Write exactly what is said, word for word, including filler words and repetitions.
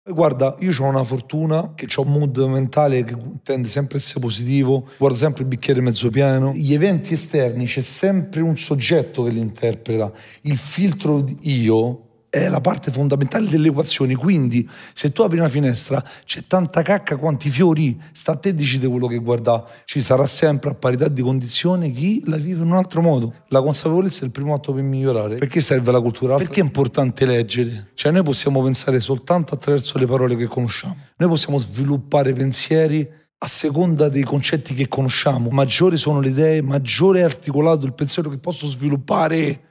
Guarda, io c'ho una fortuna che c'ho un mood mentale che tende sempre a essere positivo, guardo sempre il bicchiere mezzo pieno. Gli eventi esterni c'è sempre un soggetto che li interpreta. Il filtro d io è la parte fondamentale delle equazioni, quindi se tu apri una finestra c'è tanta cacca quanti fiori, sta a te decidere quello che guardà. Ci sarà sempre, a parità di condizioni, chi la vive in un altro modo. La consapevolezza è il primo atto per migliorare. Perché serve la cultura? Perché è importante leggere? Cioè noi possiamo pensare soltanto attraverso le parole che conosciamo. Noi possiamo sviluppare pensieri a seconda dei concetti che conosciamo. Maggiori sono le idee, maggiore è articolato il pensiero che posso sviluppare.